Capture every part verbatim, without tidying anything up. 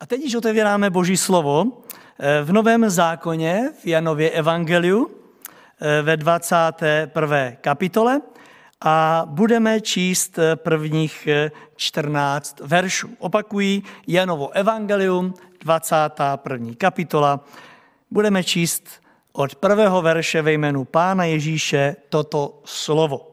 A teď již otevíráme Boží slovo v Novém zákoně, v Janově evangeliu, ve dvacáté prvé kapitole a budeme číst prvních čtrnáct veršů. Opakují Janovo evangelium, dvacátá první kapitola. Budeme číst od prvého verše ve jménu Pána Ježíše toto slovo.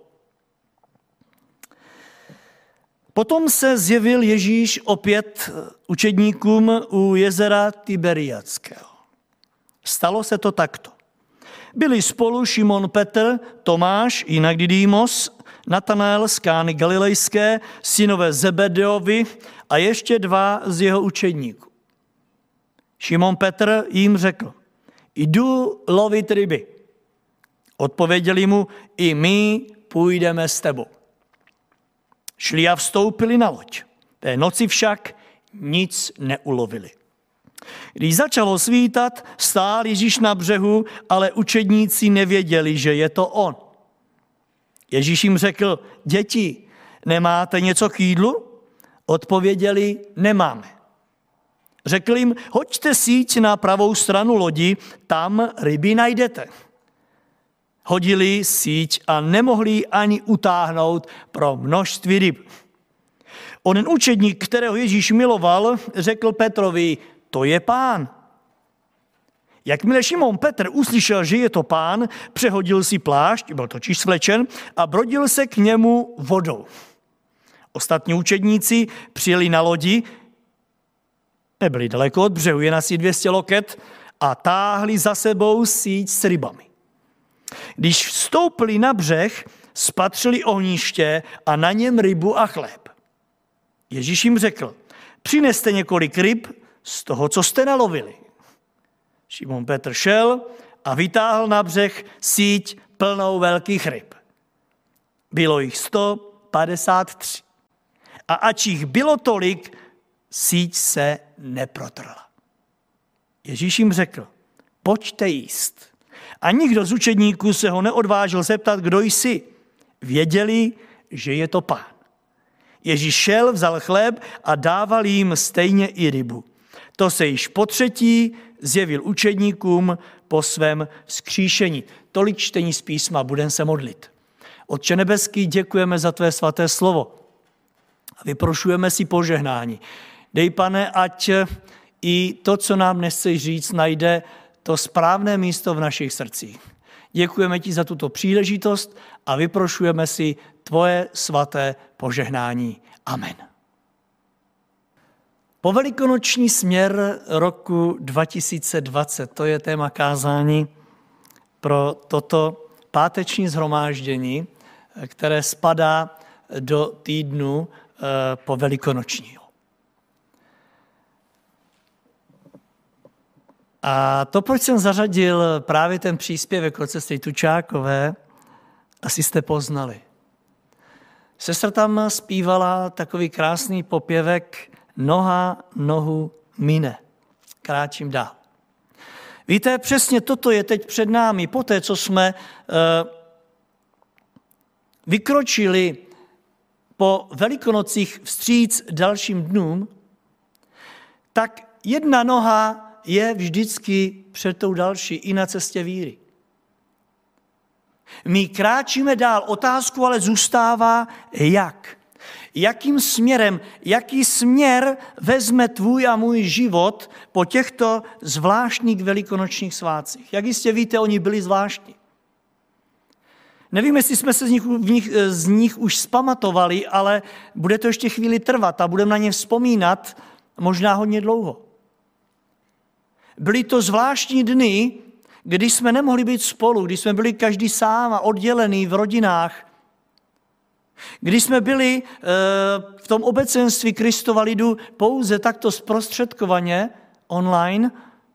Potom se zjevil Ježíš opět učedníkům u jezera Tiberiadského. Stalo se to takto. Byli spolu Šimon Petr, Tomáš, jinak Didymos, Natanael z Kány Galilejské, synové Zebedeovi a ještě dva z jeho učedníků. Šimon Petr jim řekl, jdu lovit ryby. Odpověděli mu, i my půjdeme s tebou. Šli a vstoupili na loď. Té noci však nic neulovili. Když začalo svítat, stál Ježíš na břehu, ale učedníci nevěděli, že je to on. Ježíš jim řekl, děti, nemáte něco k jídlu? Odpověděli, nemáme. Řekl jim, hoďte síť na pravou stranu lodi, tam ryby najdete. Hodili síť a nemohli ji ani utáhnout pro množství ryb. Onen učedník, kterého Ježíš miloval, řekl Petrovi, to je Pán. Jakmile Šimon Petr uslyšel, že je to Pán, přehodil si plášť, byl totiž svlečen, a brodil se k němu vodou. Ostatní učedníci přijeli na lodi, nebyli daleko od břehu, jen asi dvě stě loket, a táhli za sebou síť s rybami. Když vstoupili na břeh, spatřili ohniště a na něm rybu a chléb. Ježíš jim řekl, přineste několik ryb z toho, co jste nalovili. Šimon Petr šel a vytáhl na břeh síť plnou velkých ryb. Bylo jich sto padesát tři. A ač jich bylo tolik, síť se neprotrhla. Ježíš jim řekl, pojďte jíst. A nikdo z učedníků se ho neodvážil zeptat, kdo jsi. Věděli, že je to Pán. Ježíš šel, vzal chléb a dával jim stejně i rybu. To se již po třetí zjevil učedníkům po svém vzkříšení. Tolik čtení z písma, budeme se modlit. Otče nebeský, děkujeme za tvé svaté slovo. A vyprošujeme si požehnání. Dej, Pane, ať i to, co nám nechceš říct, najde to správné místo v našich srdcích. Děkujeme ti za tuto příležitost a vyprošujeme si tvoje svaté požehnání. Amen. Povelikonoční směr roku dva tisíce dvacet, to je téma kázání pro toto páteční shromáždění, které spadá do týdnu povelikonočního. A to, proč jsem zařadil právě ten příspěvek od sestry Tučákové, asi jste poznali. Sestra tam zpívala takový krásný popěvek Noha nohu mine. Kráčím dál. Víte, přesně toto je teď před námi. Poté, co jsme uh, vykročili po Velikonocích vstříc dalším dnům, tak jedna noha je vždycky před tou další i na cestě víry. My kráčíme dál, otázku ale zůstává jak. Jakým směrem, jaký směr vezme tvůj a můj život po těchto zvláštních velikonočních svátcích. Jak jistě víte, oni byli zvláštní. Nevím, jestli jsme se z nich, v nich, z nich už zpamatovali, ale bude to ještě chvíli trvat a budeme na ně vzpomínat možná hodně dlouho. Byly to zvláštní dny, kdy jsme nemohli být spolu, kdy jsme byli každý sám a oddělený v rodinách, kdy jsme byli e, v tom obecenství Kristova lidu pouze takto zprostředkovaně online.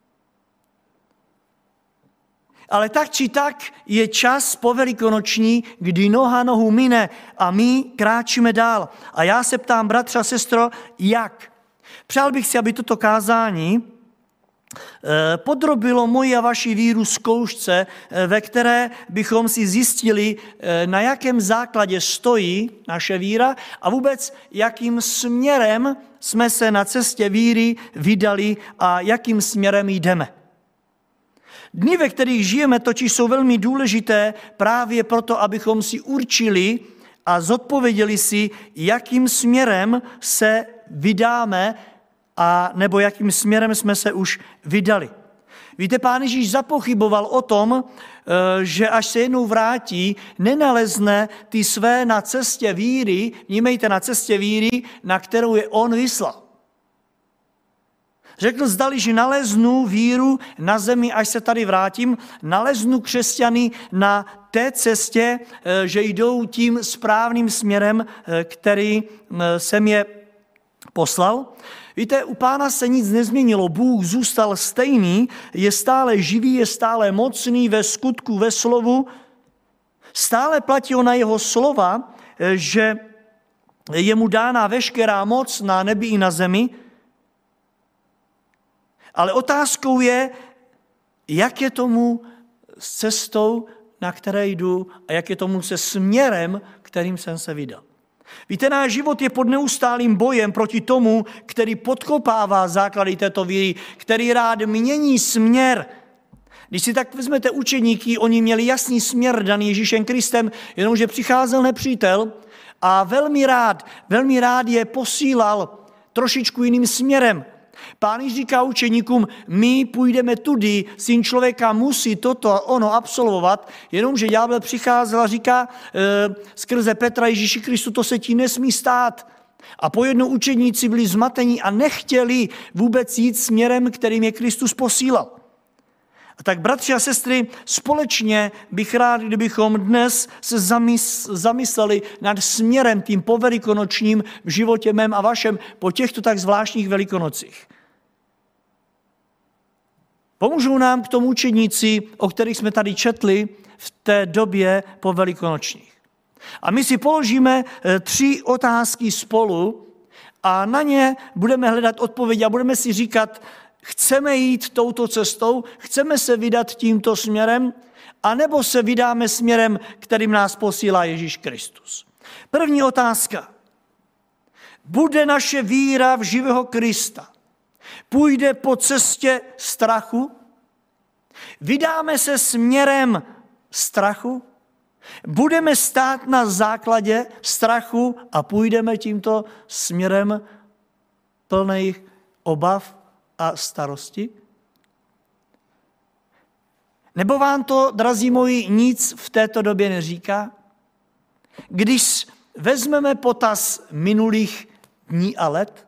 Ale tak či tak je čas povelikonoční, kdy noha nohu mine a my kráčíme dál. A já se ptám, bratře a sestro, jak? Přál bych si, aby toto kázání podrobilo moji a vaši víru zkoušce, ve které bychom si zjistili, na jakém základě stojí naše víra a vůbec jakým směrem jsme se na cestě víry vydali a jakým směrem jdeme. Dny, ve kterých žijeme, totiž jsou velmi důležité právě proto, abychom si určili a zodpověděli si, jakým směrem se vydáme a nebo jakým směrem jsme se už vydali. Víte, Pán Ježíš zapochyboval o tom, že až se jednou vrátí, nenalezne ty své na cestě víry, vnímejte, na cestě víry, na kterou je on vyslal. Řekl, zdali, že naleznu víru na zemi, až se tady vrátím, naleznu křesťany na té cestě, že jdou tím správným směrem, který jsem je poslal. Víte, u Pána se nic nezměnilo. Bůh zůstal stejný, je stále živý, je stále mocný ve skutku, ve slovu. Stále platí na jeho slova, že je mu dána veškerá moc na nebi i na zemi. Ale otázkou je, jak je tomu s cestou, na které jdu, a jak je tomu se směrem, kterým jsem se vydal. Víte, náš život je pod neustálým bojem proti tomu, který podkopává základy této víry, který rád mění směr. Když si tak vezmete učeníky, oni měli jasný směr daný Ježíšem Kristem, jenomže přicházel nepřítel a velmi rád, velmi rád je posílal trošičku jiným směrem. Pán Ježíš říká učeníkům, my půjdeme tudy, syn člověka musí toto a ono absolvovat, jenomže ďábel přicházel a říká e, skrze Petra Ježíši Kristu, to se ti nesmí stát. A pojednou učeníci byli zmatení a nechtěli vůbec jít směrem, kterým je Kristus posílal. A tak, bratři a sestry, společně bych rád, kdybychom dnes se zamysleli nad směrem tím povelikonočním v životě mém a vašem po těchto tak zvláštních velikonocích. Pomůžou nám k tomu učeníci, o kterých jsme tady četli v té době po velikonočních. A my si položíme tři otázky spolu a na ně budeme hledat odpovědi a budeme si říkat, chceme jít touto cestou, chceme se vydat tímto směrem, anebo se vydáme směrem, kterým nás posílá Ježíš Kristus. První otázka. Bude naše víra v živého Krista? Půjde po cestě strachu? Vydáme se směrem strachu? Budeme stát na základě strachu a půjdeme tímto směrem plných obav a starosti? Nebo vám to, drazí moji, nic v této době neříká? Když vezmeme potaz minulých dní a let,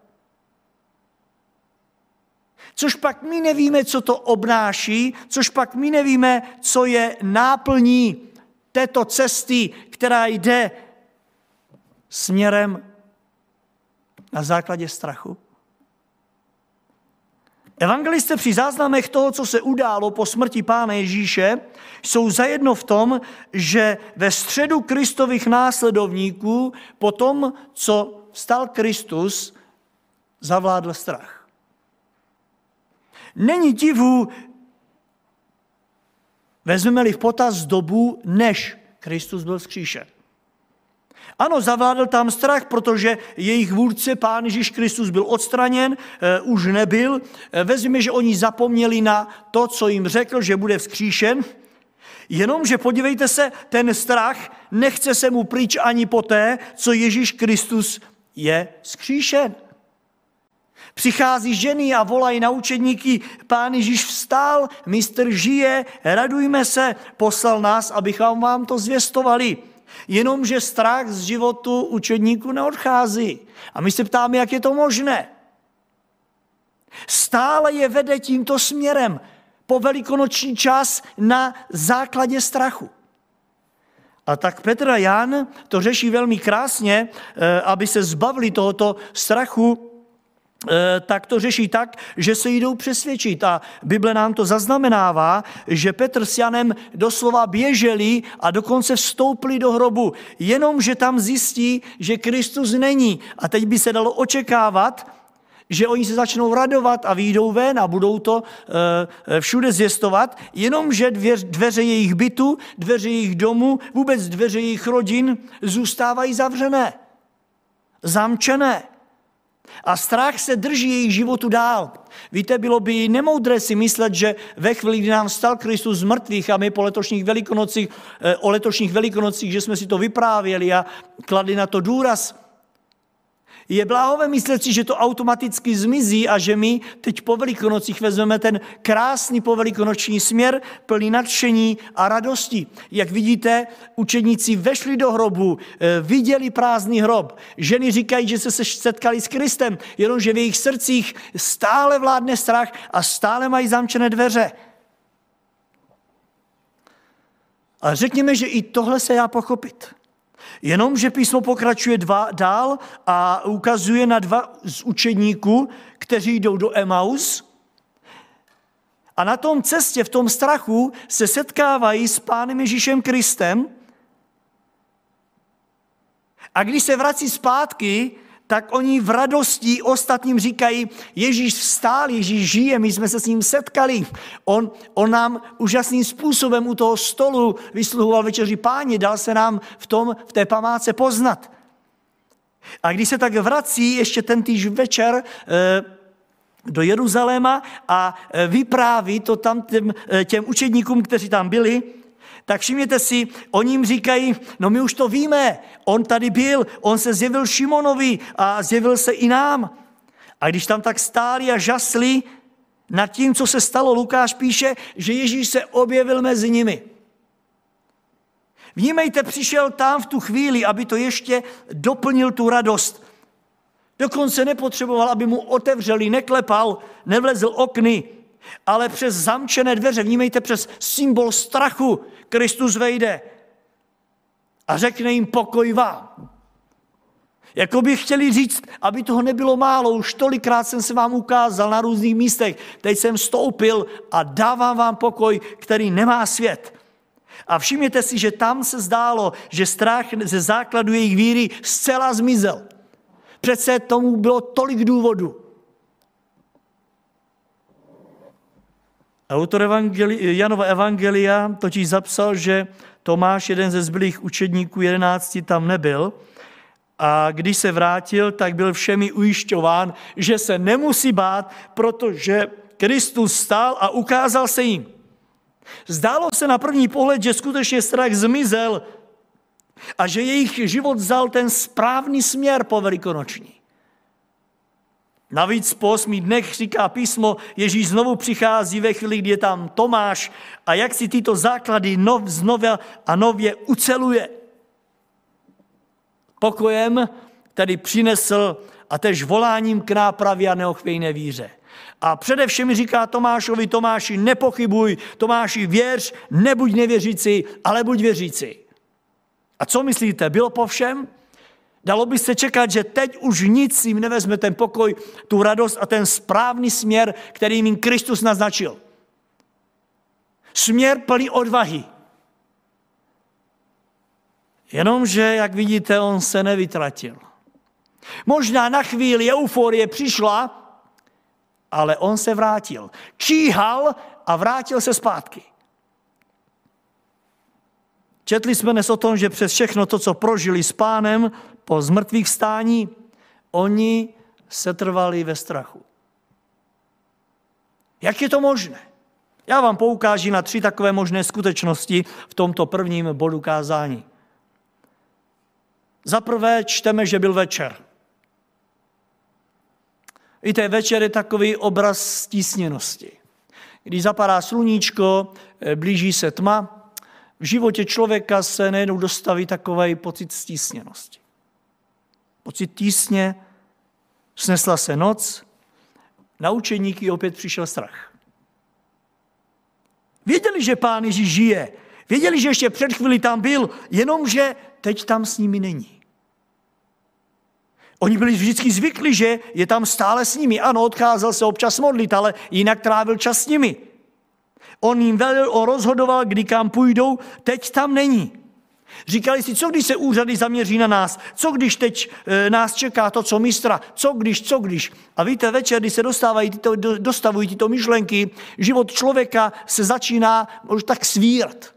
což pak my nevíme, co to obnáší, což pak my nevíme, co je náplní této cesty, která jde směrem na základě strachu. Evangelisté při záznamech toho, co se událo po smrti Pána Ježíše, jsou zajedno v tom, že ve středu Kristových následovníků po tom, co vstal Kristus, zavládl strach. Není divu, vezmeme-li v potaz dobu, než Kristus byl vzkříšen. Ano, zavládl tam strach, protože jejich vůdce, Pán Ježíš Kristus, byl odstraněn, e, už nebyl. E, vezměme, že oni zapomněli na to, co jim řekl, že bude vzkříšen. Jenomže podívejte se, ten strach nechce se mu pryč ani poté, co Ježíš Kristus je vzkříšen. Přichází ženy a volají na učedníky, Pán Ježíš vstal, mistr žije, radujme se, poslal nás, abychom vám to zvěstovali. Jenomže strach z životu učedníků neodchází. A my se ptáme, jak je to možné. Stále je vede tímto směrem po velikonoční čas na základě strachu. A tak Petr a Jan to řeší velmi krásně, aby se zbavili tohoto strachu, tak to řeší tak, že se jdou přesvědčit. A Bible nám to zaznamenává, že Petr s Janem doslova běželi a dokonce vstoupili do hrobu, jenomže tam zjistí, že Kristus není. A teď by se dalo očekávat, že oni se začnou radovat a vyjdou ven a budou to e, všude zvěstovat, jenomže dvě, dveře jejich bytu, dveře jejich domu, vůbec dveře jejich rodin zůstávají zavřené, zamčené. A strach se drží jejich životu dál. Víte, bylo by nemoudré si myslet, že ve chvíli, kdy nám vstal Kristus z mrtvých a my po letošních velikonocích, o letošních velikonocích, že jsme si to vyprávěli a kladli na to důraz, je bláhové myslet si, že to automaticky zmizí a že my teď po velikonocích vezmeme ten krásný povelikonoční směr plný nadšení a radosti. Jak vidíte, učedníci vešli do hrobu, viděli prázdný hrob. Ženy říkají, že se setkali s Kristem, jenomže v jejich srdcích stále vládne strach a stále mají zamčené dveře. A řekněme, že i tohle se dá pochopit. Jenomže písmo pokračuje dva, dál a ukazuje na dva z učedníků, kteří jdou do Emaus a na tom cestě, v tom strachu se setkávají s Pánem Ježíšem Kristem a když se vrací zpátky, tak oni v radosti ostatním říkají, Ježíš vstál, Ježíš žije, my jsme se s ním setkali. On, on nám úžasným způsobem u toho stolu vysluhoval večeři Páně, dal se nám v, tom, v té památce poznat. A když se tak vrací ještě tentýž večer eh, do Jeruzaléma a vypráví to tam těm, těm učedníkům, kteří tam byli, tak všimněte si, oni jim říkají, no my už to víme, on tady byl, on se zjevil Šimonovi a zjevil se i nám. A když tam tak stáli a žasli nad tím, co se stalo, Lukáš píše, že Ježíš se objevil mezi nimi. Vnímejte, přišel tam v tu chvíli, aby to ještě doplnil tu radost. Dokonce nepotřeboval, aby mu otevřeli, neklepal, nevlezl okny, ale přes zamčené dveře, vnímejte, přes symbol strachu, Kristus vejde a řekne jim pokoj vám. Jako by chtěli říct, aby toho nebylo málo, už tolikrát jsem se vám ukázal na různých místech, teď jsem vstoupil a dávám vám pokoj, který nemá svět. A všimněte si, že tam se zdálo, že strach ze základu jejich víry zcela zmizel. Přece tomu bylo tolik důvodů. Autor evangeli- Janova evangelia totiž zapsal, že Tomáš, jeden ze zbylých učedníků jedenácti, tam nebyl a když se vrátil, tak byl všemi ujišťován, že se nemusí bát, protože Kristus stál a ukázal se jim. Zdálo se na první pohled, že skutečně strach zmizel a že jejich život vzal ten správný směr po velikonoční. Navíc po osmi dnech, říká písmo, Ježíš znovu přichází ve chvíli, kdy je tam Tomáš a jak si tyto základy nov, znova a nově uceluje. Pokojem, který přinesl a tež voláním k nápravě a neochvějné víře. A především říká Tomášovi, Tomáši, nepochybuj, Tomáši, věř, nebuď nevěřící, ale buď věřící. A co myslíte, bylo po všem? Dalo by se čekat, že teď už nic jim nevezme ten pokoj, tu radost a ten správný směr, který jim Kristus naznačil. Směr plný odvahy. Jenomže, jak vidíte, on se nevytratil. Možná na chvíli euforie přišla, ale on se vrátil. Číhal a vrátil se zpátky. Četli jsme dnes o tom, že přes všechno to, co prožili s Pánem po zmrtvých vstání, oni se trvali ve strachu. Jak je to možné? Já vám poukážu na tři takové možné skutečnosti v tomto prvním bodu kázání. Za prvé čteme, že byl večer. Víte, večer je takový obraz stísněnosti. Když zapadá sluníčko, blíží se tma, v životě člověka se nejednou dostaví takový pocit stísněnosti. Pocit tísně, snesla se noc, na učeníky opět přišel strach. Věděli, že Pán Ježíš žije, věděli, že ještě před chvíli tam byl, jenomže teď tam s nimi není. Oni byli vždycky zvyklí, že je tam stále s nimi. Ano, odcházel se občas modlit, ale jinak trávil čas s nimi. On jim velel, on rozhodoval, kdy kam půjdou, teď tam není. Říkali si, co když se úřady zaměří na nás, co když teď e, nás čeká to, co mistra, co když, co když. A víte, večer, když se dostávají tyto, dostavují tyto myšlenky, život člověka se začíná možná tak svírat.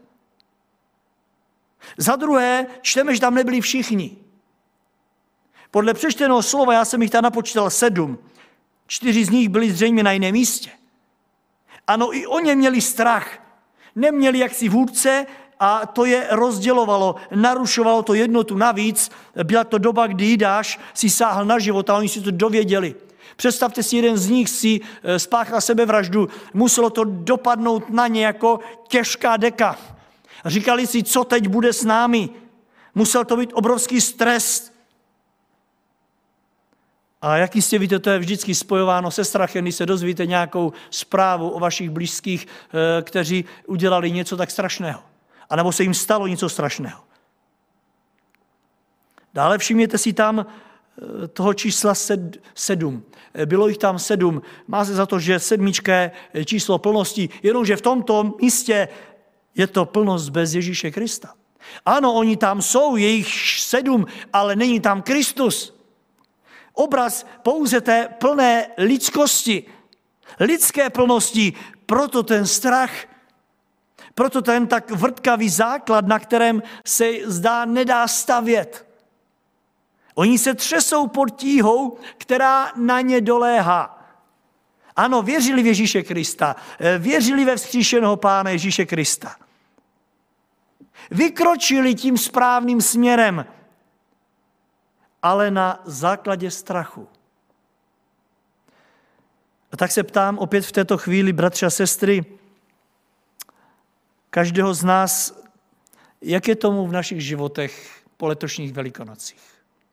Za druhé, čteme, že tam nebyli všichni. Podle přečteného slova, já jsem jich tam napočítal sedm, čtyři z nich byli zřejmě na jiném místě. Ano, i oni měli strach. Neměli jaksi vůdce a to je rozdělovalo, narušovalo to jednotu. Navíc byla to doba, kdy Jidáš si sáhl na život a oni si to dověděli. Představte si, jeden z nich si spáchal sebevraždu, muselo to dopadnout na ně jako těžká deka. Říkali si, co teď bude s námi. Musel to být obrovský stres. A jak jistě víte, to je vždycky spojováno se strachem, když se dozvíte nějakou zprávu o vašich blízkých, kteří udělali něco tak strašného. A nebo se jim stalo něco strašného. Dále všimněte si tam toho čísla sedm. Bylo jich tam sedm. Má se za to, že sedmička je číslo plnosti, jenomže v tomto místě je to plnost bez Ježíše Krista. Ano, oni tam jsou, je jich sedm, ale není tam Kristus. Obraz pouze té plné lidskosti, lidské plnosti, proto ten strach, proto ten tak vrtkavý základ, na kterém se zdá nedá stavět. Oni se třesou pod tíhou, která na ně doléhá. Ano, věřili v Ježíše Krista, věřili ve vzkříšeného Pána Ježíše Krista. Vykročili tím správným směrem, ale na základě strachu. A tak se ptám opět v této chvíli, bratři a sestry, každého z nás, jak je tomu v našich životech po letošních Velikonocích.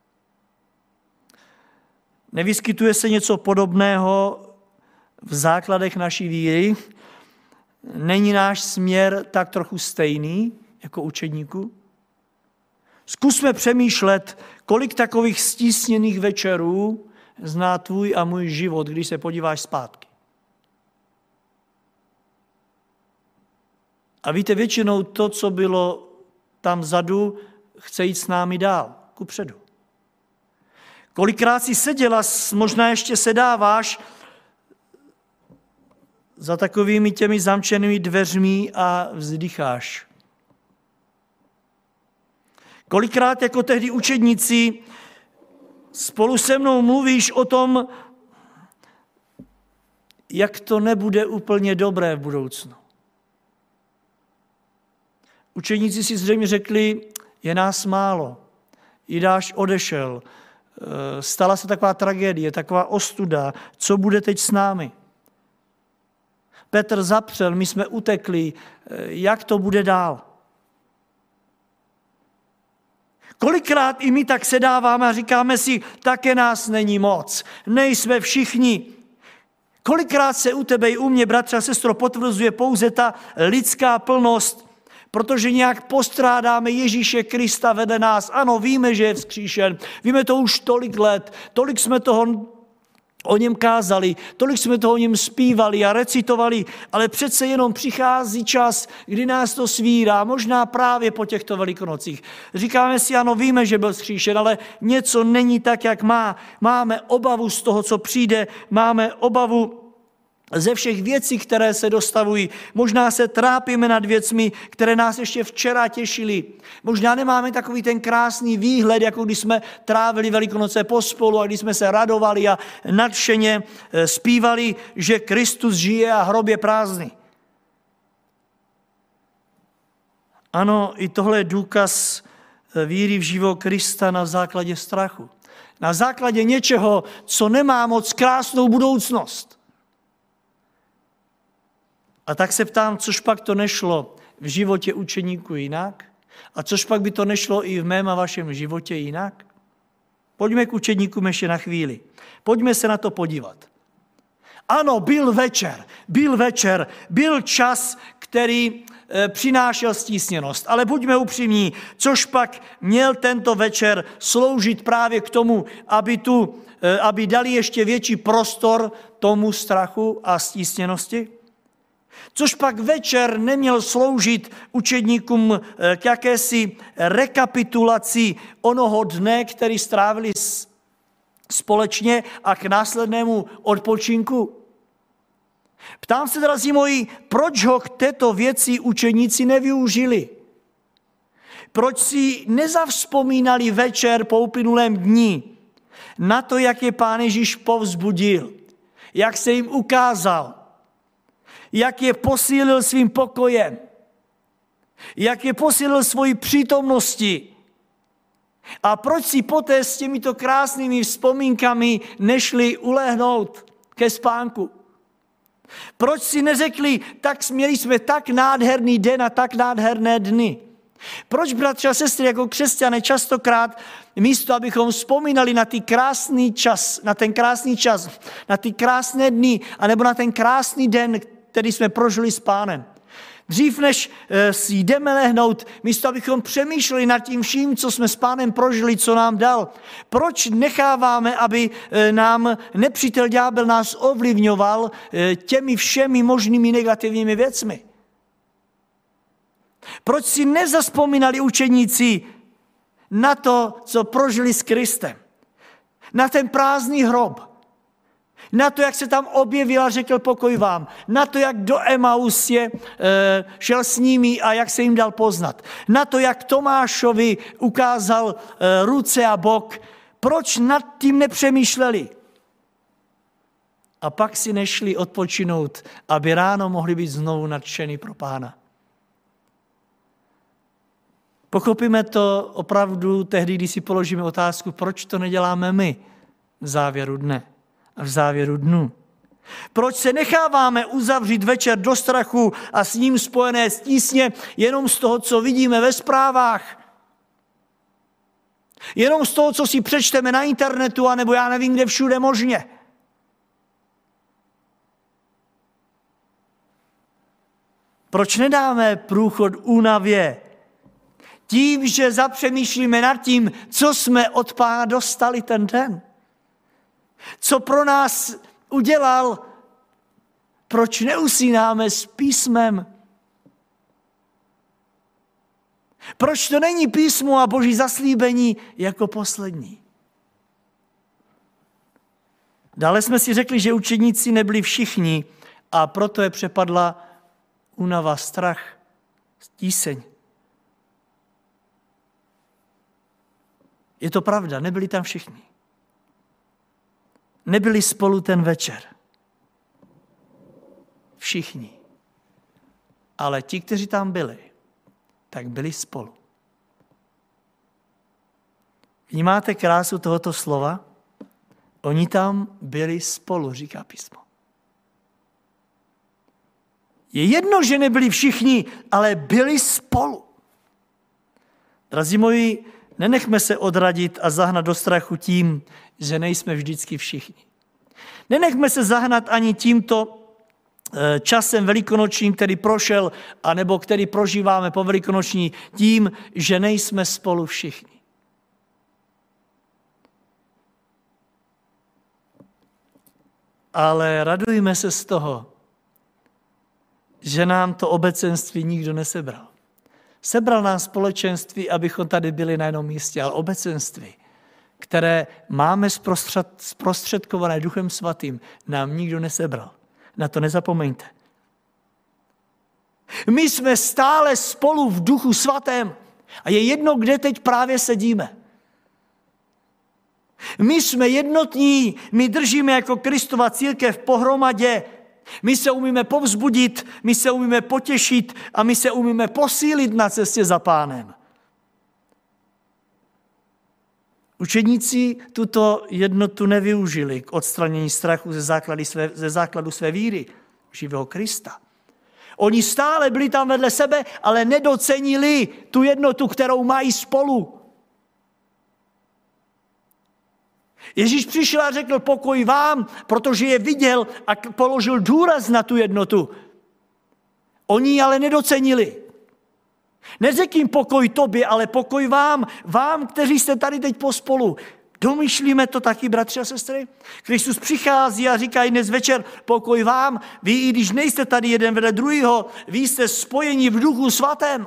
Nevyskytuje se něco podobného v základech naší víry? Není náš směr tak trochu stejný jako učedníků? Zkusme přemýšlet, kolik takových stísněných večerů zná tvůj a můj život, když se podíváš zpátky. A víte, většinou to, co bylo tam vzadu, chce jít s námi dál, kupředu. Kolikrát si seděla, možná ještě sedáváš za takovými těmi zamčenými dveřmi a vzdycháš. Kolikrát jako tehdy učedníci spolu se mnou mluvíš o tom, jak to nebude úplně dobré v budoucnu. Učedníci si zřejmě řekli, je nás málo, Jidáš odešel, stala se taková tragédie, taková ostuda, co bude teď s námi. Petr zapřel, my jsme utekli, jak to bude dál. Kolikrát i my tak sedáváme a říkáme si, také nás není moc, nejsme všichni. Kolikrát se u tebe i u mě, bratře a sestro, potvrzuje pouze ta lidská plnost, protože nějak postrádáme Ježíše Krista vede nás. Ano, víme, že je vzkříšen, víme to už tolik let, tolik jsme toho o něm kázali, tolik jsme toho o něm zpívali a recitovali, ale přece jenom přichází čas, kdy nás to svírá, možná právě po těchto Velikonocích. Říkáme si, ano, víme, že byl vzkříšen, ale něco není tak, jak má. Máme obavu z toho, co přijde, máme obavu ze všech věcí, které se dostavují. Možná se trápíme nad věcmi, které nás ještě včera těšily. Možná nemáme takový ten krásný výhled, jako když jsme trávili Velikonoce pospolu a když jsme se radovali a nadšeně zpívali, že Kristus žije a hrob je prázdný. Ano, i tohle je důkaz víry v živého Krista na základě strachu. Na základě něčeho, co nemá moc krásnou budoucnost. A tak se ptám, což pak to nešlo v životě učeníků jinak? A což pak by to nešlo i v mém a vašem životě jinak? Pojďme k učeníkům ještě na chvíli. Pojďme se na to podívat. Ano, byl večer, byl večer, byl čas, který e, přinášel stísněnost. Ale buďme upřímní, což pak měl tento večer sloužit právě k tomu, aby, tu, e, aby dali ještě větší prostor tomu strachu a stísněnosti? Což pak večer neměl sloužit učedníkům k jakési rekapitulaci onoho dne, který strávili společně, a k následnému odpočinku? Ptám se, drazí moji, proč ho k této věci učeníci nevyužili? Proč si nezavzpomínali večer po uplynulém dni na to, jak je Pán Ježíš povzbudil, jak se jim ukázal, jak je posílil svým pokojem, jak je posílil svojí přítomností? A proč si poté s těmito krásnými vzpomínkami nešli ulehnout ke spánku? Proč si neřekli, tak měli jsme tak nádherný den a tak nádherné dny? Proč, bratři a sestry, jako křesťané častokrát místo, abychom vzpomínali na ty krásný čas, na ten krásný čas, na ty krásné dny, anebo na ten krásný den, který jsme prožili s Pánem, dřív než si jdeme lehnout, místo abychom přemýšleli nad tím vším, co jsme s Pánem prožili, co nám dal, proč necháváme, aby nám nepřítel ďábel nás ovlivňoval těmi všemi možnými negativními věcmi? Proč si nezazpomínali učeníci na to, co prožili s Kristem? Na ten prázdný hrob? Na to, jak se tam objevil a řekl pokoj vám? Na to, jak do Emaus je, e, šel s nimi a jak se jim dal poznat? Na to, jak Tomášovi ukázal e, ruce a bok? Proč nad tím nepřemýšleli? A pak si nešli odpočinout, aby ráno mohli být znovu nadšení pro Pána. Pochopíme to opravdu tehdy, když si položíme otázku, proč to neděláme my v závěru dne a v závěru dnu. Proč se necháváme uzavřít večer do strachu a s ním spojené stísně jenom z toho, co vidíme ve zprávách? Jenom z toho, co si přečteme na internetu, anebo já nevím, kde všude možně. Proč nedáme průchod únavě tím, že zapřemýšlíme nad tím, co jsme od Pána dostali ten den? Co pro nás udělal? Proč neusínáme s písmem? Proč to není písmo a Boží zaslíbení jako poslední? Dále jsme si řekli, že učedníci nebyli všichni a proto je přepadla únava, strach, tíseň. Je to pravda, nebyli tam všichni. Nebyli spolu ten večer. Všichni. Ale ti, kteří tam byli, tak byli spolu. Vnímáte krásu tohoto slova? Oni tam byli spolu, říká písmo. Je jedno, že nebyli všichni, ale byli spolu. Drazí moji, nenechme se odradit a zahnat do strachu tím, že nejsme vždycky všichni. Nenechme se zahnat ani tímto časem velikonočním, který prošel, anebo který prožíváme po velikonoční, tím, že nejsme spolu všichni. Ale radujme se z toho, že nám to obecenství nikdo nesebral. Sebral nám společenství, abychom tady byli na jednom místě, ale obecenství, které máme zprostředkované Duchem Svatým, nám nikdo nesebral. Na to nezapomeňte. My jsme stále spolu v Duchu Svatém a je jedno, kde teď právě sedíme. My jsme jednotní, my držíme jako Kristova církev pohromadě, my se umíme povzbudit, my se umíme potěšit a my se umíme posílit na cestě za Pánem. Učedníci tuto jednotu nevyužili k odstranění strachu ze základu své, ze základu své víry, živého Krista. Oni stále byli tam vedle sebe, ale nedocenili tu jednotu, kterou mají spolu. Ježíš přišel a řekl pokoj vám, protože je viděl a položil důraz na tu jednotu. Oni ji ale nedocenili. Neřekl jim pokoj tobě, ale pokoj vám, vám, kteří jste tady teď pospolu. Domýšlíme to taky, bratři a sestry? Kristus přichází a říká i dnes večer, pokoj vám, vy i když nejste tady jeden vedle druhého, vy jste spojeni v Duchu Svatém.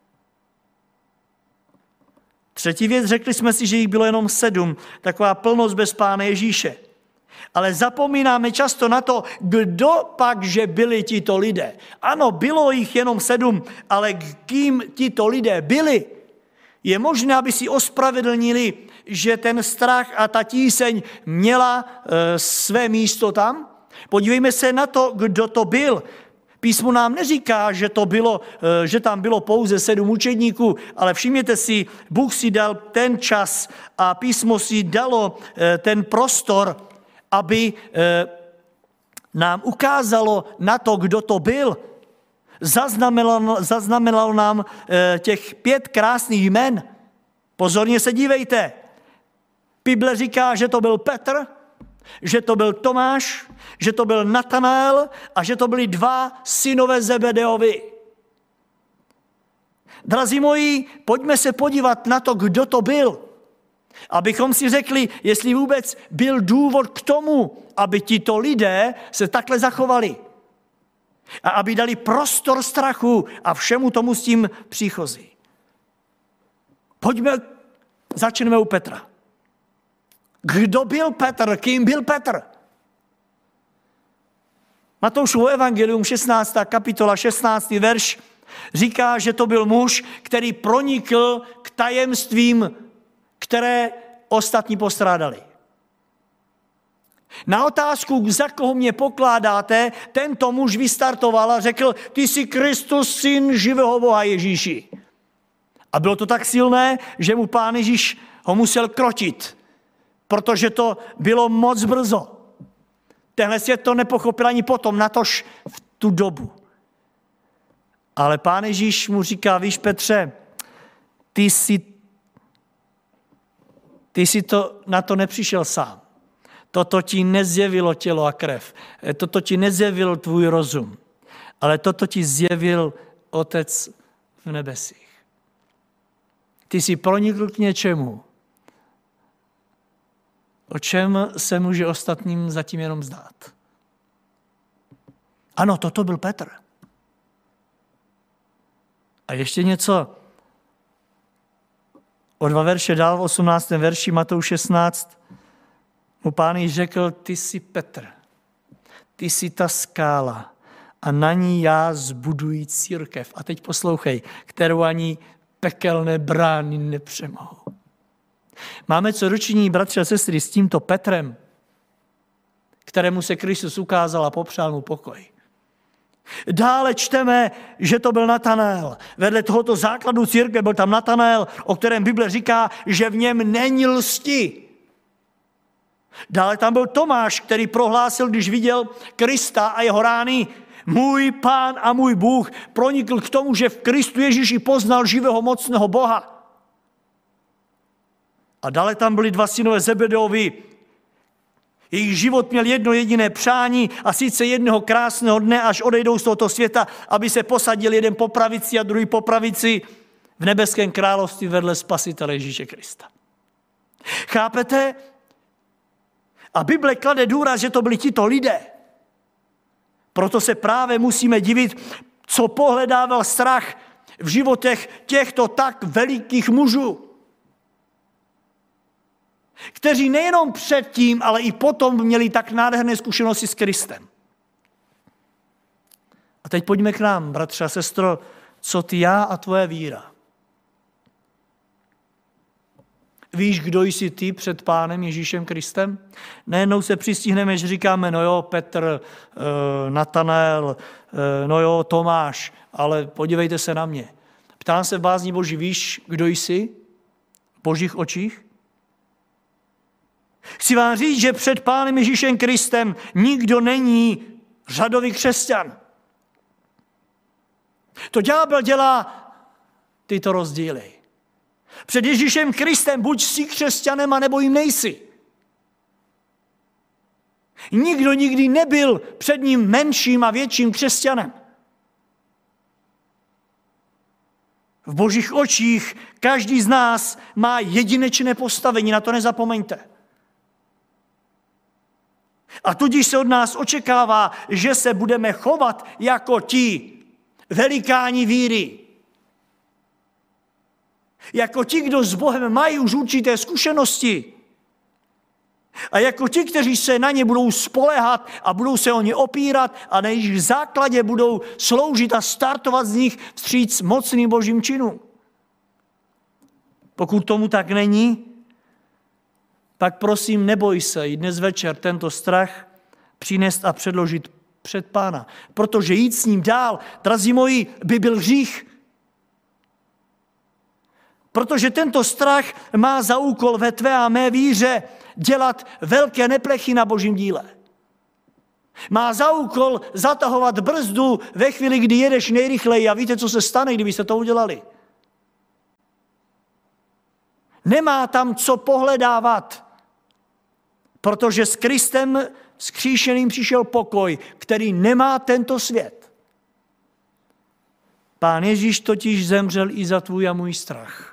Třetí věc, řekli jsme si, že jich bylo jenom sedm, taková plnost bez Pána Ježíše. Ale zapomínáme často na to, kdo pak, že byli tito lidé. Ano, bylo jich jenom sedm, ale kým tito lidé byli? Je možné, aby si ospravedlnili, že ten strach a ta tíseň měla e, své místo tam? Podívejme se na to, kdo to byl. Písmo nám neříká, že, to bylo, e, že tam bylo pouze sedm učedníků, ale všimněte si, Bůh si dal ten čas a písmo si dalo e, ten prostor, aby e, nám ukázalo na to, kdo to byl. Zaznamenalo, zaznamenalo nám e, těch pět krásných jmen. Pozorně se dívejte. Bible říká, že to byl Petr, že to byl Tomáš, že to byl Natanael a že to byli dva synové Zebedeovi. Drazí moji, pojďme se podívat na to, kdo to byl. Abychom si řekli, jestli vůbec byl důvod k tomu, aby tito lidé se takhle zachovali. A aby dali prostor strachu a všemu tomu s tím příchozí. Pojďme, začneme u Petra. Kdo byl Petr? Kým byl Petr? Matoušovo evangelium, šestnáctá kapitola, šestnáctý verš, říká, že to byl muž, který pronikl k tajemstvím, které ostatní postrádali. Na otázku, za koho mě pokládáte, tento muž vystartoval a řekl, ty jsi Kristus, syn živého Boha Ježíši. A bylo to tak silné, že mu Pán Ježíš ho musel krotit, protože to bylo moc brzo. Tenhle svět to nepochopil ani potom, natož v tu dobu. Ale Pán Ježíš mu říká, víš Petře, ty jsi, ty jsi to, na to nepřišel sám. Toto ti nezjevilo tělo a krev. Toto ti nezjevil tvůj rozum. Ale toto ti zjevil Otec v nebesích. Ty jsi pronikl k něčemu, o čem se může ostatním zatím jenom zdát. Ano, toto byl Petr. A ještě něco. O dva verše dál, v osmnáctém verši Matouš šestnáct, mu Pán Ježíš řekl, ty jsi Petr, ty jsi ta skála a na ní já zbuduji církev. A teď poslouchej, kterou ani pekelné brány nepřemohou. Máme co dočinění, bratři a sestry, s tímto Petrem, kterému se Kristus ukázal a popřál mu pokoj. Dále čteme, že to byl Natanael. Vedle tohoto základu církve byl tam Natanael, o kterém Bible říká, že v něm není lsti. Dále tam byl Tomáš, který prohlásil, když viděl Krista a jeho rány, můj Pán a můj Bůh, pronikl k tomu, že v Kristu Ježíši poznal živého mocného Boha. A dále tam byli dva synové Zebedeovi. Jejich život měl jedno jediné přání a sice jednoho krásného dne, až odejdou z tohoto světa, aby se posadil jeden po pravici a druhý po pravici v nebeském království vedle Spasitele Ježíše Krista. Chápete? A Bible klade důraz, že to byli tito lidé. Proto se právě musíme divit, co pohledával strach v životech těchto tak velikých mužů, kteří nejenom předtím, ale i potom měli tak nádherné zkušenosti s Kristem. A teď pojďme k nám, bratře a sestro, co ty já a tvoje víra. Víš, kdo jsi ty před Pánem Ježíšem Kristem? Nejednou se přistihneme, že říkáme, no jo, Petr, Natanael, no jo, Tomáš, ale podívejte se na mě. Ptám se v bázni Boží, víš, kdo jsi v Božích očích? Chci vám říct, že před Pánem Ježíšem Kristem nikdo není řadový křesťan. To ďábel dělá tyto rozdíly. Před Ježíšem Kristem buď jsi křesťanem, anebo jim nejsi. Nikdo nikdy nebyl před ním menším a větším křesťanem. V Božích očích každý z nás má jedinečné postavení, na to nezapomeňte. A tudíž se od nás očekává, že se budeme chovat jako ti velikáni víry. Jako ti, kdo s Bohem mají už určité zkušenosti. A jako ti, kteří se na ně budou spoléhat a budou se o ně opírat a na jejich základě budou sloužit a startovat z nich vstříc mocným Božím činům. Pokud tomu tak není, pak prosím, neboj se i dnes večer tento strach přinést a předložit před Pána. Protože jít s ním dál, drazí moji, by byl hřích. Protože tento strach má za úkol ve tvé a mé víře dělat velké neplechy na Božím díle. Má za úkol zatahovat brzdu ve chvíli, kdy jedeš nejrychleji a víte, co se stane, kdybyste to udělali. Nemá tam co pohledávat, protože s Kristem vzkříšeným přišel pokoj, který nemá tento svět. Pán Ježíš totiž zemřel i za tvůj a můj strach.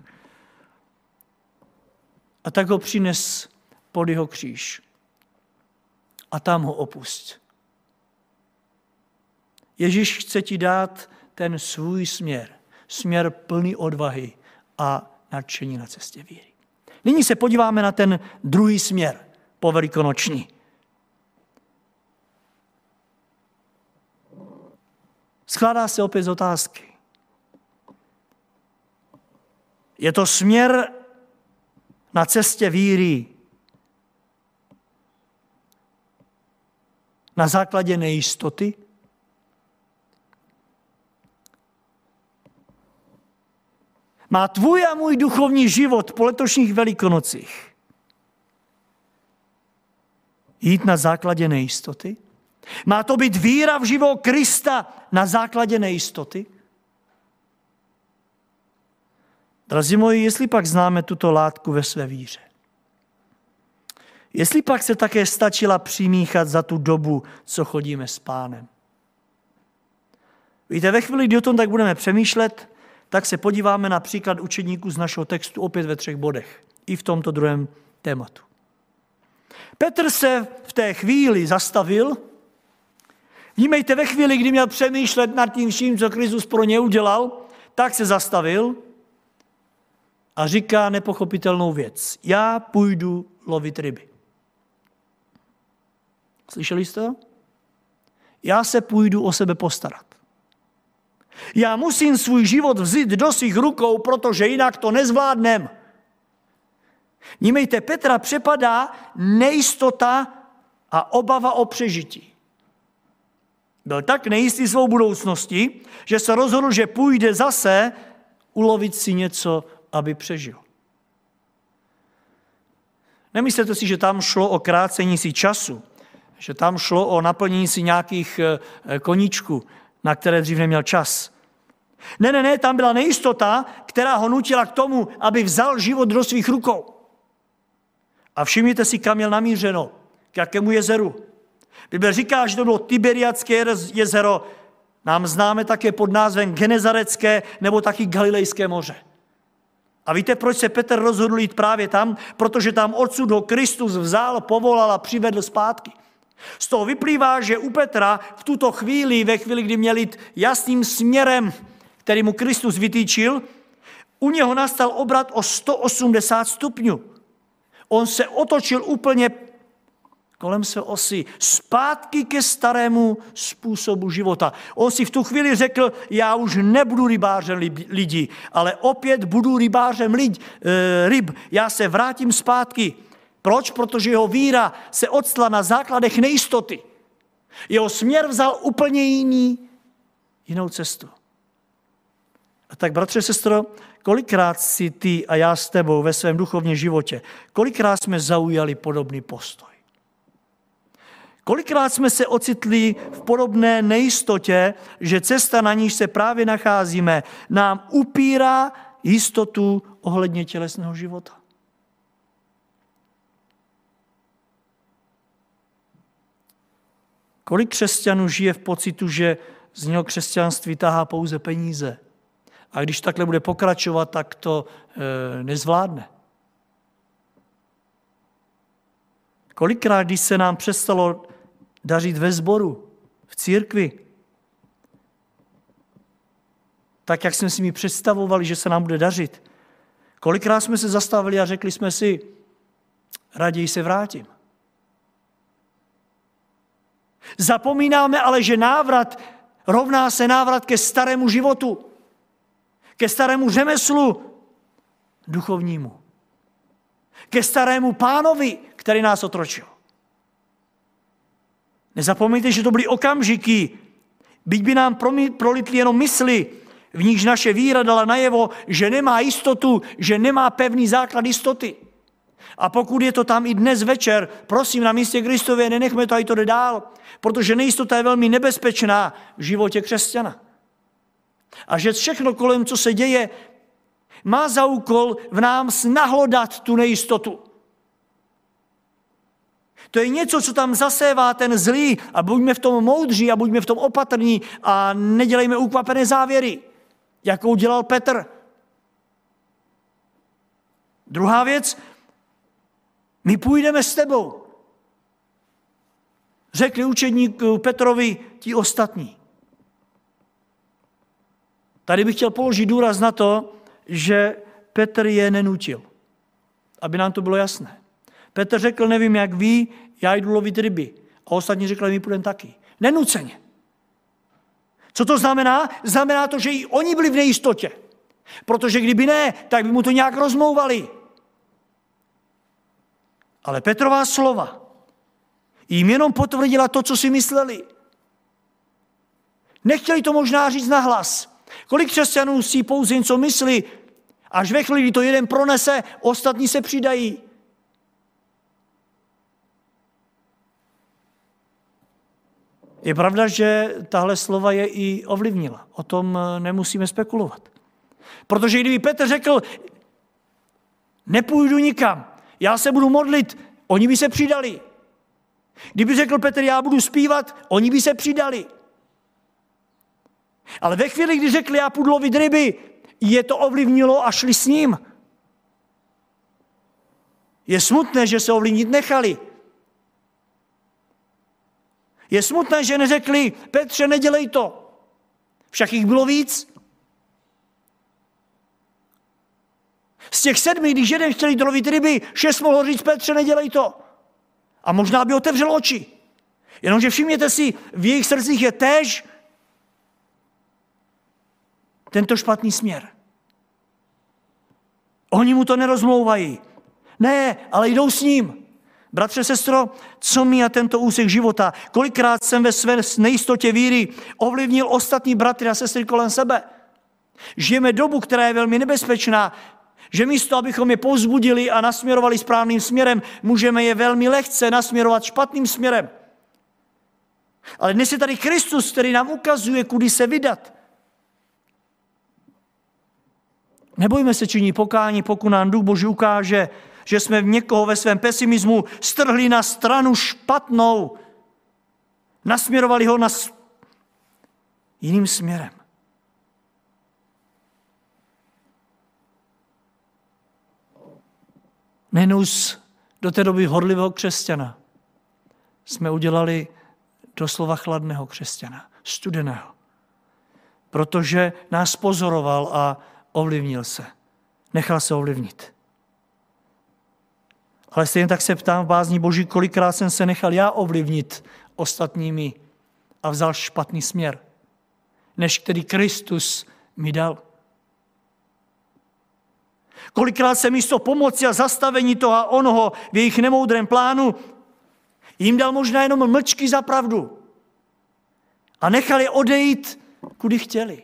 A tak ho přines pod jeho kříž. A tam ho opusť. Ježíš chce ti dát ten svůj směr. Směr plný odvahy a nadšení na cestě víry. Nyní se podíváme na ten druhý směr povelikonoční. Skládá se opět z otázky. Je to směr na cestě víry na základě nejistoty? Má tvůj a můj duchovní život po letošních Velikonocích jít na základě nejistoty? Má to být víra v živého Krista na základě nejistoty? Drazí moji, jestli pak známe tuto látku ve své víře, jestli pak se také stačila přimíchat za tu dobu, co chodíme s Pánem. Víte, ve chvíli, kdy o tom tak budeme přemýšlet, tak se podíváme na příklad učedníků z našeho textu opět ve třech bodech, i v tomto druhém tématu. Petr se v té chvíli zastavil. Vnímejte, ve chvíli, kdy měl přemýšlet nad tím vším, co Kristus pro ně udělal, tak se zastavil a říká nepochopitelnou věc. Já půjdu lovit ryby. Slyšeli jste to? Já se půjdu o sebe postarat. Já musím svůj život vzít do svých rukou, protože jinak to nezvládnem. Vnímejte, Petra přepadá nejistota a obava o přežití. Byl tak nejistý svou budoucností, že se rozhodl, že půjde zase ulovit si něco, aby přežil. Nemyslete si, že tam šlo o krácení si času, že tam šlo o naplnění si nějakých koníčků, na které dřív neměl čas. Ne, ne, ne, tam byla nejistota, která ho nutila k tomu, aby vzal život do svých rukou. A všimněte si, kam měl namířeno, k jakému jezeru. Bible říká, že to bylo Tiberiadské jezero, nám známe také pod názvem Genezarecké nebo taky Galilejské moře. A víte, proč se Petr rozhodl jít právě tam? Protože tam odsud ho Kristus vzal, povolal a přivedl zpátky. Z toho vyplývá, že u Petra v tuto chvíli, ve chvíli, kdy měl jít jasným směrem, který mu Kristus vytýčil, u něho nastal obrat o sto osmdesát stupňů. On se otočil úplně kolem své osy, zpátky ke starému způsobu života. On si v tu chvíli řekl, já už nebudu rybářem lidí, ale opět budu rybářem lid, e, ryb. Já se vrátím zpátky. Proč? Protože jeho víra se odstla na základech nejistoty. Jeho směr vzal úplně jiný, jinou cestu. A tak, bratře, sestro, kolikrát si ty a já s tebou ve svém duchovním životě, kolikrát jsme zaujali podobný postoj? Kolikrát jsme se ocitli v podobné nejistotě, že cesta, na níž se právě nacházíme, nám upírá jistotu ohledně tělesného života? Kolik křesťanů žije v pocitu, že z něho křesťanství tahá pouze peníze A když takhle bude pokračovat, tak to e, nezvládne. Kolikrát, když se nám přestalo dařit ve sboru, v církvi, tak, jak jsme si mi představovali, že se nám bude dařit, kolikrát jsme se zastavili a řekli jsme si, raději se vrátím. Zapomínáme ale, že návrat rovná se návrat ke starému životu, ke starému řemeslu duchovnímu, ke starému pánovi, který nás otročil. Nezapomeňte, že to byly okamžiky, byť by nám prolitly jenom mysli, v níž naše víra dala najevo, že nemá jistotu, že nemá pevný základ jistoty. A pokud je to tam i dnes večer, prosím, na místě Kristově, nenechme to, ať to jde dál, protože nejistota je velmi nebezpečná v životě křesťana. A že všechno kolem, co se děje, má za úkol v nám nahlodat tu nejistotu. To je něco, co tam zasévá ten zlý a buďme v tom moudří a buďme v tom opatrní a nedělejme ukvapené závěry, jakou dělal Petr. Druhá věc, my půjdeme s tebou. Řekli učedníku Petrovi ti ostatní. Tady bych chtěl položit důraz na to, že Petr je nenutil, aby nám to bylo jasné. Petr řekl, nevím jak ví, já jdu lovit ryby. A ostatní řekli, my půjdeme taky. Nenuceně. Co to znamená? Znamená to, že i oni byli v nejistotě. Protože kdyby ne, tak by mu to nějak rozmouvali. Ale Petrová slova jim jenom potvrdila to, co si mysleli. Nechtěli to možná říct nahlas. Kolik křesťanů si pouze něco myslí, až ve chvíli, kdy to jeden pronese, ostatní se přidají. Je pravda, že tahle slova je i ovlivnila. O tom nemusíme spekulovat. Protože kdyby Petr řekl, nepůjdu nikam, já se budu modlit, oni by se přidali. Kdyby řekl Petr, já budu zpívat, oni by se přidali. Ale ve chvíli, kdy řekli, já půjdu lovit ryby, je to ovlivnilo a šli s ním. Je smutné, že se ovlivnit nechali. Je smutné, že neřekli, Petře, nedělej to. Však jich bylo víc. Z těch sedmi, když jeden chtěl jít lovit ryby, šest mohl říct, Petře, nedělej to. A možná by otevřel oči. Jenomže všimněte si, v jejich srdcích je též tento špatný směr. Oni mu to nerozmlouvají. Ne, ale jdou s ním. Bratře, sestro, co mi a tento úsek života, kolikrát jsem ve své nejistotě víry ovlivnil ostatní bratry a sestry kolem sebe. Žijeme dobu, která je velmi nebezpečná, že místo, abychom je povzbudili a nasměrovali správným směrem, můžeme je velmi lehce nasměrovat špatným směrem. Ale dnes je tady Kristus, který nám ukazuje, kudy se vydat. Nebojme se činit pokání, pokud nám Duch Boží ukáže, že jsme v někoho ve svém pesimismu strhli na stranu špatnou, nasměrovali ho na s... jiným směrem. Nenus do té doby horlivého křesťana jsme udělali doslova chladného křesťana, studeného, protože nás pozoroval a ovlivnil se. Nechal se ovlivnit. Ale stejně tak se ptám v bázní Boží, kolikrát jsem se nechal já ovlivnit ostatními a vzal špatný směr, než který Kristus mi dal. Kolikrát jsem místo pomoci a zastavení toho a onoho v jejich nemoudrém plánu jim dal možná jenom mlčky za pravdu a nechal je odejít, kudy chtěli.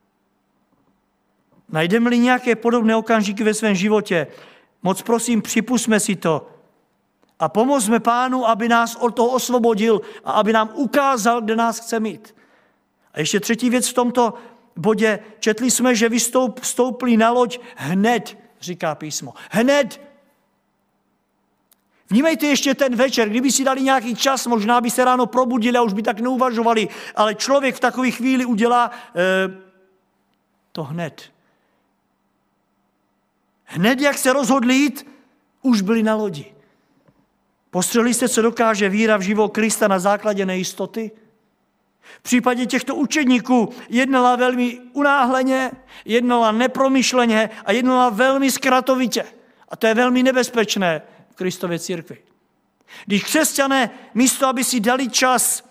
Najdeme-li nějaké podobné okamžiky ve svém životě, moc prosím, připusťme si to a pomozme Pánu, aby nás od toho osvobodil a aby nám ukázal, kde nás chce mít. A ještě třetí věc v tomto bodě. Četli jsme, že vystoup, vstoupili na loď hned, říká písmo. Hned. Vnímejte ještě ten večer, kdyby si dali nějaký čas, možná by se ráno probudili a už by tak neuvažovali, ale člověk v takové chvíli udělá e, to hned. Hned jak se rozhodli jít, už byli na lodi. Postřehli jste, co dokáže víra v živého Krista na základě nejistoty? V případě těchto učedníků jednala velmi unáhleně, jednala nepromyšleně a jednala velmi zkratovitě. A to je velmi nebezpečné v Kristově církvi. Když křesťané místo, aby si dali čas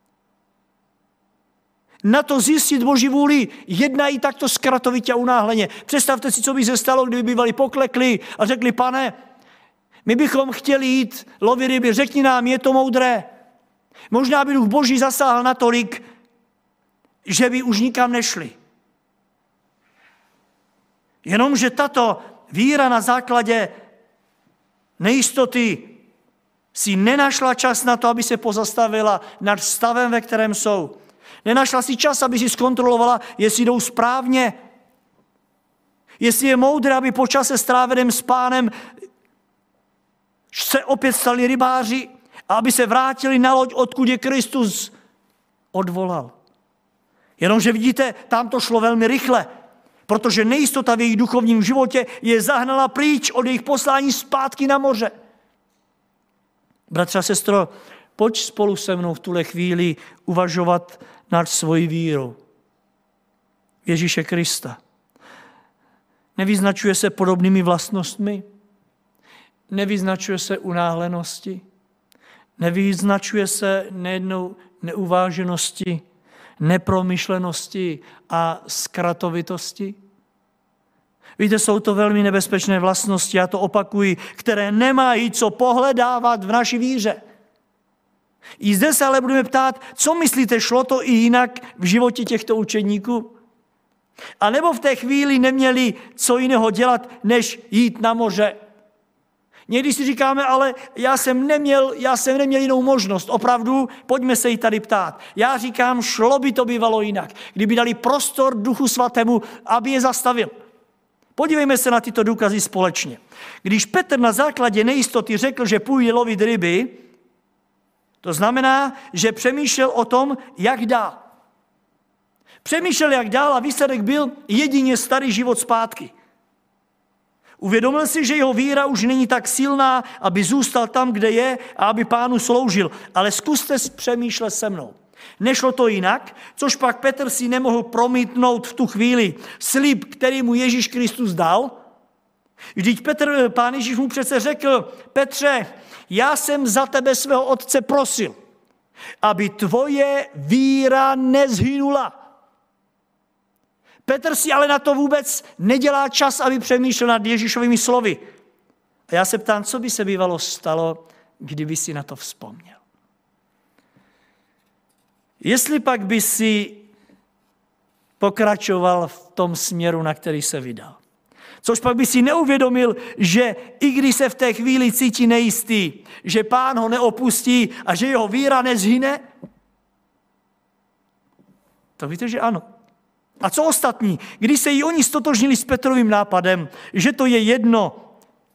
na to zjistit Boží vůli, jednají takto zkratovitě a unáhleně. Představte si, co by se stalo, kdyby bývali poklekli a řekli, pane, my bychom chtěli jít lovit ryby, řekni nám, je to moudré. Možná by Duch Boží zasáhl natolik, že by už nikam nešli. Jenomže tato víra na základě nejistoty si nenašla čas na to, aby se pozastavila nad stavem, ve kterém jsou. Nenašla si čas, aby si zkontrolovala, jestli jdou správně, jestli je moudré, aby po čase stráveném s Pánem se opět stali rybáři a aby se vrátili na loď, odkud je Kristus odvolal. Jenomže vidíte, tam to šlo velmi rychle, protože nejistota v jejich duchovním životě je zahnala pryč od jejich poslání zpátky na moře. Bratře a sestro, pojď spolu se mnou v tuhle chvíli uvažovat nad svojí vírou Ježíše Krista. Nevyznačuje se podobnými vlastnostmi, nevyznačuje se unáhlenosti, nevyznačuje se nejednou neuváženosti, nepromyšlenosti a zkratovitosti. Víte, jsou to velmi nebezpečné vlastnosti, já to opakuji, které nemají co pohledávat v naší víře. I zde se ale budeme ptát, co myslíte, šlo to i jinak v životě těchto učedníků? A nebo v té chvíli neměli co jiného dělat, než jít na moře? Někdy si říkáme, ale já jsem neměl, já jsem neměl jinou možnost. Opravdu, pojďme se jí tady ptát. Já říkám, šlo by to bývalo jinak, kdyby dali prostor Duchu Svatému, aby je zastavil. Podívejme se na tyto důkazy společně. Když Petr na základě nejistoty řekl, že půjde lovit ryby, to znamená, že přemýšlel o tom, jak dál. Přemýšlel, jak dál a výsledek byl jedině starý život zpátky. Uvědomil si, že jeho víra už není tak silná, aby zůstal tam, kde je a aby Pánu sloužil. Ale zkuste přemýšlet se mnou. Nešlo to jinak, což pak Petr si nemohl promítnout v tu chvíli slib, který mu Ježíš Kristus dal. Vždyť Petr, Pán Ježíš mu přece řekl, Petře, já jsem za tebe svého otce prosil, aby tvoje víra nezhynula. Petr si ale na to vůbec nedělá čas, aby přemýšlel nad Ježíšovými slovy. A já se ptám, co by se bývalo stalo, kdyby si na to vzpomněl. Jestli pak by si pokračoval v tom směru, na který se vydal. Což pak by si neuvědomil, že i když se v té chvíli cítí nejistý, že Pán ho neopustí a že jeho víra nezhyne, to víte, že ano. A co ostatní? Když se i oni stotožnili s Petrovým nápadem, že to je jedno,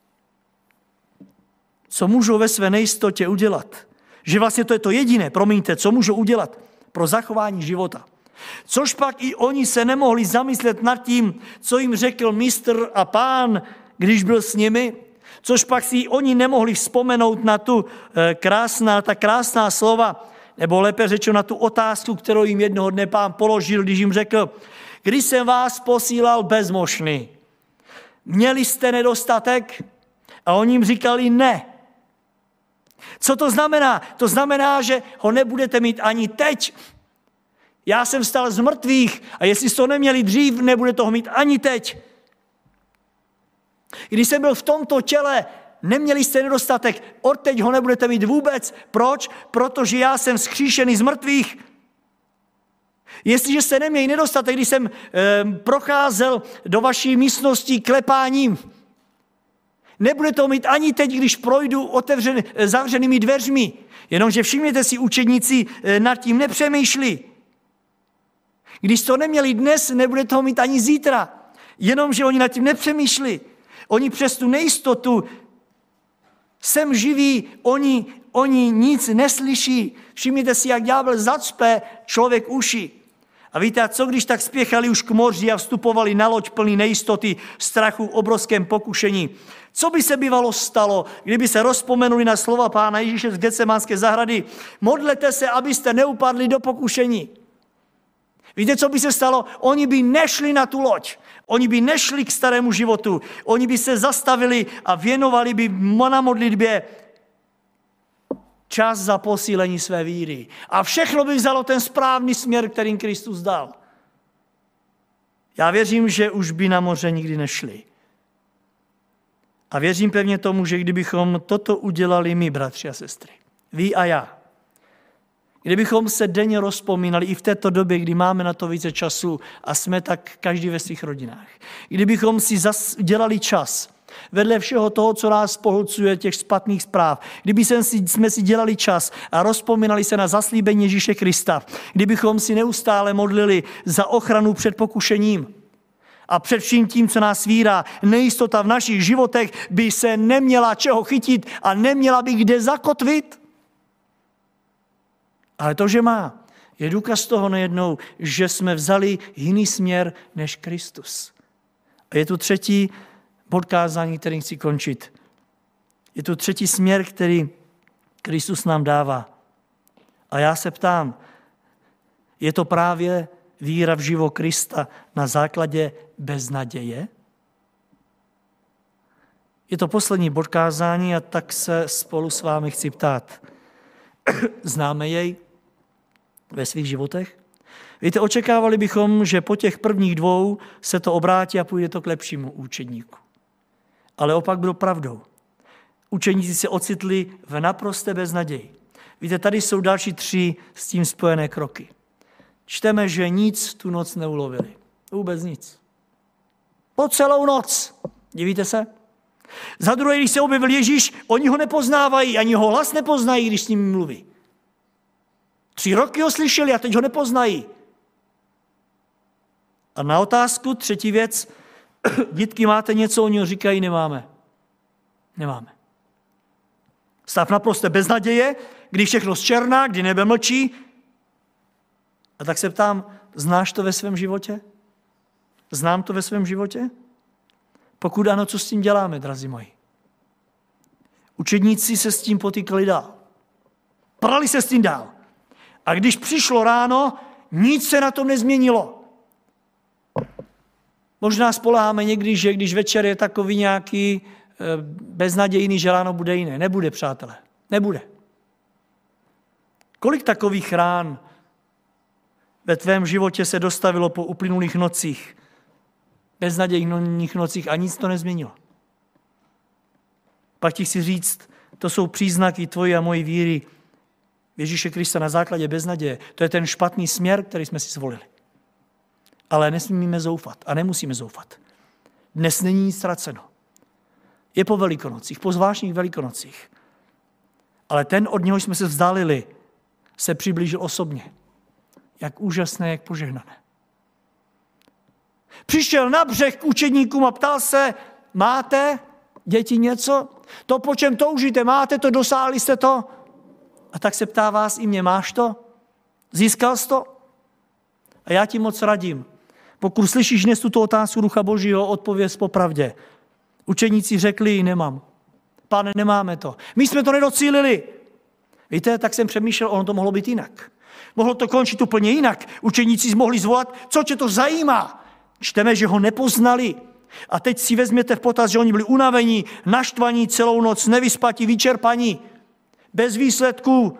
co můžou ve své nejistotě udělat. Že vlastně to je to jediné, promiňte, co můžou udělat pro zachování života. Což pak i oni se nemohli zamyslet nad tím, co jim řekl mistr a Pán, když byl s nimi. Což pak si i oni nemohli vzpomenout na tu krásná, ta krásná slova, nebo lépe řečeno na tu otázku, kterou jim jednoho dne Pán položil, když jim řekl, když jsem vás posílal bezmožný, měli jste nedostatek? A oni jim říkali ne. Co to znamená? To znamená, že ho nebudete mít ani teď. Já jsem vstal z mrtvých a jestli jste to neměli dřív, nebude toho mít ani teď. Když jsem byl v tomto těle, neměli jste nedostatek, odteď ho nebudete mít vůbec. Proč? Protože já jsem vzkříšený z mrtvých. Jestliže jste neměli nedostatek, když jsem e, procházel do vaší místnosti klepáním, nebude to mít ani teď, když projdu otevřen, zavřenými dveřmi. Jenomže všimněte si, učedníci e, nad tím nepřemýšlí. Když to neměli dnes, nebude toho mít ani zítra. Jenomže oni nad tím nepřemýšlí. Oni přes tu nejistotu, jsem živý, oni, oni nic neslyší. Všimněte si, jak ďábel zacpe člověk uši. A víte, a co když tak spěchali už k moři a vstupovali na loď plný nejistoty, strachu, obrovském pokušení? Co by se bývalo stalo, kdyby se rozpomenuli na slova Pána Ježíše z Getsemanské zahrady? Modlete se, abyste neupadli do pokušení. Víte, co by se stalo? Oni by nešli na tu loď. Oni by nešli k starému životu. Oni by se zastavili a věnovali by na modlitbě čas za posílení své víry. A všechno by vzalo ten správný směr, kterým Kristus dal. Já věřím, že už by na moře nikdy nešli. A věřím pevně tomu, že kdybychom toto udělali my, bratři a sestry, vy a já, kdybychom se denně rozpomínali i v této době, kdy máme na to více času a jsme tak každý ve svých rodinách, kdybychom si zas dělali čas, vedle všeho toho, co nás pohlcuje, těch špatných zpráv, kdyby jsme si dělali čas a rozpomínali se na zaslíbení Ježíše Krista, kdybychom si neustále modlili za ochranu před pokušením a před vším tím, co nás svírá, nejistota v našich životech by se neměla čeho chytit a neměla by kde zakotvit. Ale to, že má, je důkaz toho nejednou, že jsme vzali jiný směr než Kristus. A je tu třetí bod kázání, kterým chci končit. Je tu třetí směr, který Kristus nám dává. A já se ptám, je to právě víra v živo Krista na základě beznaděje? Je to poslední bod kázání a tak se spolu s vámi chci ptát. Známe jej ve svých životech? Víte, očekávali bychom, že po těch prvních dvou se to obrátí a půjde to k lepšímu učedníku. Ale opak byl pravdou. Učeníci se ocitli v naprosté beznaději. Víte, tady jsou další tři s tím spojené kroky. Čteme, že nic tu noc neulovili. Vůbec nic. Po celou noc. Divíte se? Za druhé, když se objevil Ježíš, oni ho nepoznávají, ani ho hlas nepoznají, když s ním mluví. Tři roky ho slyšeli a teď ho nepoznají. A na otázku, třetí věc, dětky, máte něco, oni ho říkají, nemáme. Nemáme. Stav naprosto bez naděje, kdy všechno zčerná, kdy nebe mlčí. A tak se ptám, znáš to ve svém životě? Znám to ve svém životě? Pokud ano, co s tím děláme, drazí moji? Učedníci se s tím potýkali dál. Prali se s tím dál. A když přišlo ráno, nic se na tom nezměnilo. Možná spoléháme někdy, že když večer je takový nějaký beznadějný, že ráno bude jiné. Nebude, přátelé. Nebude. Kolik takových rán ve tvém životě se dostavilo po uplynulých nocích, beznadějných nocích a nic to nezměnilo? Pak ti chci říct, to jsou příznaky tvojí a mojí víry v Ježíše Krista na základě beznaděje. To je ten špatný směr, který jsme si zvolili. Ale nesmíme zoufat a nemusíme zoufat. Dnes není nic ztraceno. Je po velikonocích, po zvláštních velikonocích. Ale ten, od něho jsme se vzdálili, se přiblížil osobně. Jak úžasné, jak požehnané. Přišel na břeh k učedníkům a ptal se, máte, děti, něco? To, po čem toužíte, máte to, dosáhli jste to? A tak se ptá vás i mě, máš to? Získal jsi to? A já ti moc radím, pokud slyšíš dnes tuto otázku Ducha Božího, odpověz popravdě. Učeníci řekli, nemám. Pane, nemáme to. My jsme to nedocílili. Víte, tak jsem přemýšlel, ono to mohlo být jinak. Mohlo to končit úplně jinak. Učeníci mohli zvolat, co tě to zajímá. Čteme, že ho nepoznali. A teď si vezměte v potaz, že oni byli unavení, naštvaní celou noc, nevyspatí, vyčerpaní, bez výsledků.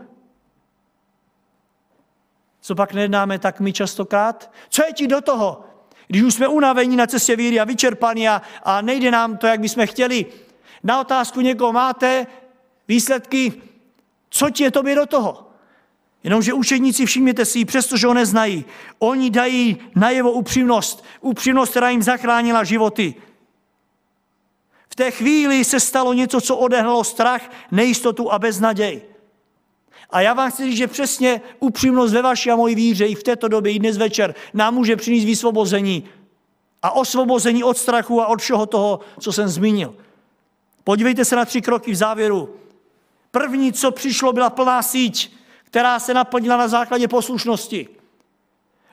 Co pak nejednáme tak my častokrát? Co je ti do toho? Když už jsme unavení na cestě víry a vyčerpaní a, a nejde nám to, jak bychom chtěli. Na otázku někoho máte výsledky, co ti je tobě do toho? Jenomže učedníci, všimněte si, přestože ho neznají, oni dají najevo upřímnost. Upřímnost, která jim zachránila životy. V té chvíli se stalo něco, co odehnalo strach, nejistotu a beznaděj. A já vám chci říct, že přesně upřímnost ve vaší a mojí víře i v této době, i dnes večer, nám může přinést vysvobození a osvobození od strachu a od všeho toho, co jsem zmínil. Podívejte se na tři kroky v závěru. První, co přišlo, byla plná síť, která se naplnila na základě poslušnosti.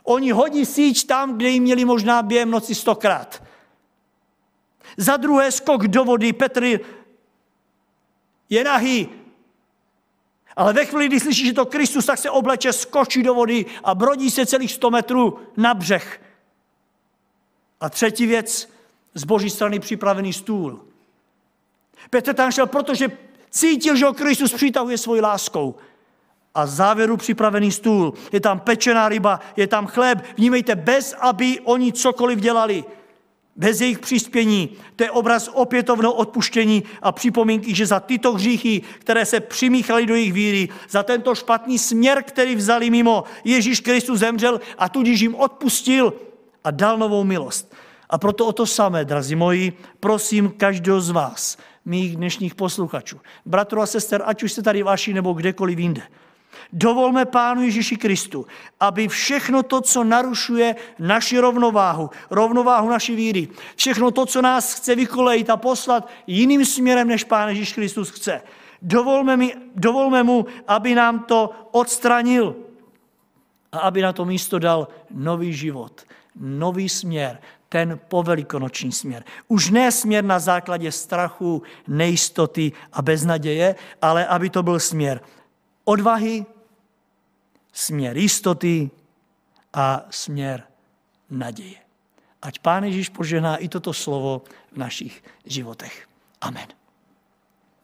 Oni hodí síť tam, kde ji měli možná během noci stokrát. Za druhé skok do vody, Petr je nahý. Ale ve chvíli, kdy slyší, že to Kristus, tak se obleče, skočí do vody a brodí se celých sto metrů na břeh. A třetí věc, z boží strany připravený stůl. Petr tam šel, protože cítil, že ho Kristus přitahuje svojí láskou. A závěru připravený stůl. Je tam pečená ryba, je tam chléb. Vnímejte, bez aby oni cokoliv dělali. Bez jejich přispění. To je obraz opětovného odpuštění a připomínky, že za tyto hříchy, které se přimíchaly do jejich víry, za tento špatný směr, který vzali mimo, Ježíš Kristus zemřel a tudíž jim odpustil a dal novou milost. A proto o to samé, drazí moji, prosím každého z vás, mých dnešních posluchačů, bratru a sester, ať už jste tady vaši nebo kdekoliv jinde. Dovolme Pánu Ježíši Kristu, aby všechno to, co narušuje naši rovnováhu, rovnováhu naší víry, všechno to, co nás chce vykolejit a poslat jiným směrem, než Pán Ježíš Kristus chce, dovolme, mi, dovolme mu, aby nám to odstranil a aby na to místo dal nový život, nový směr, ten povelikonoční směr. Už ne směr na základě strachu, nejistoty a beznaděje, ale aby to byl směr odvahy, směr jistoty a směr naděje. Ať Pán Ježíš požehná i toto slovo v našich životech. Amen.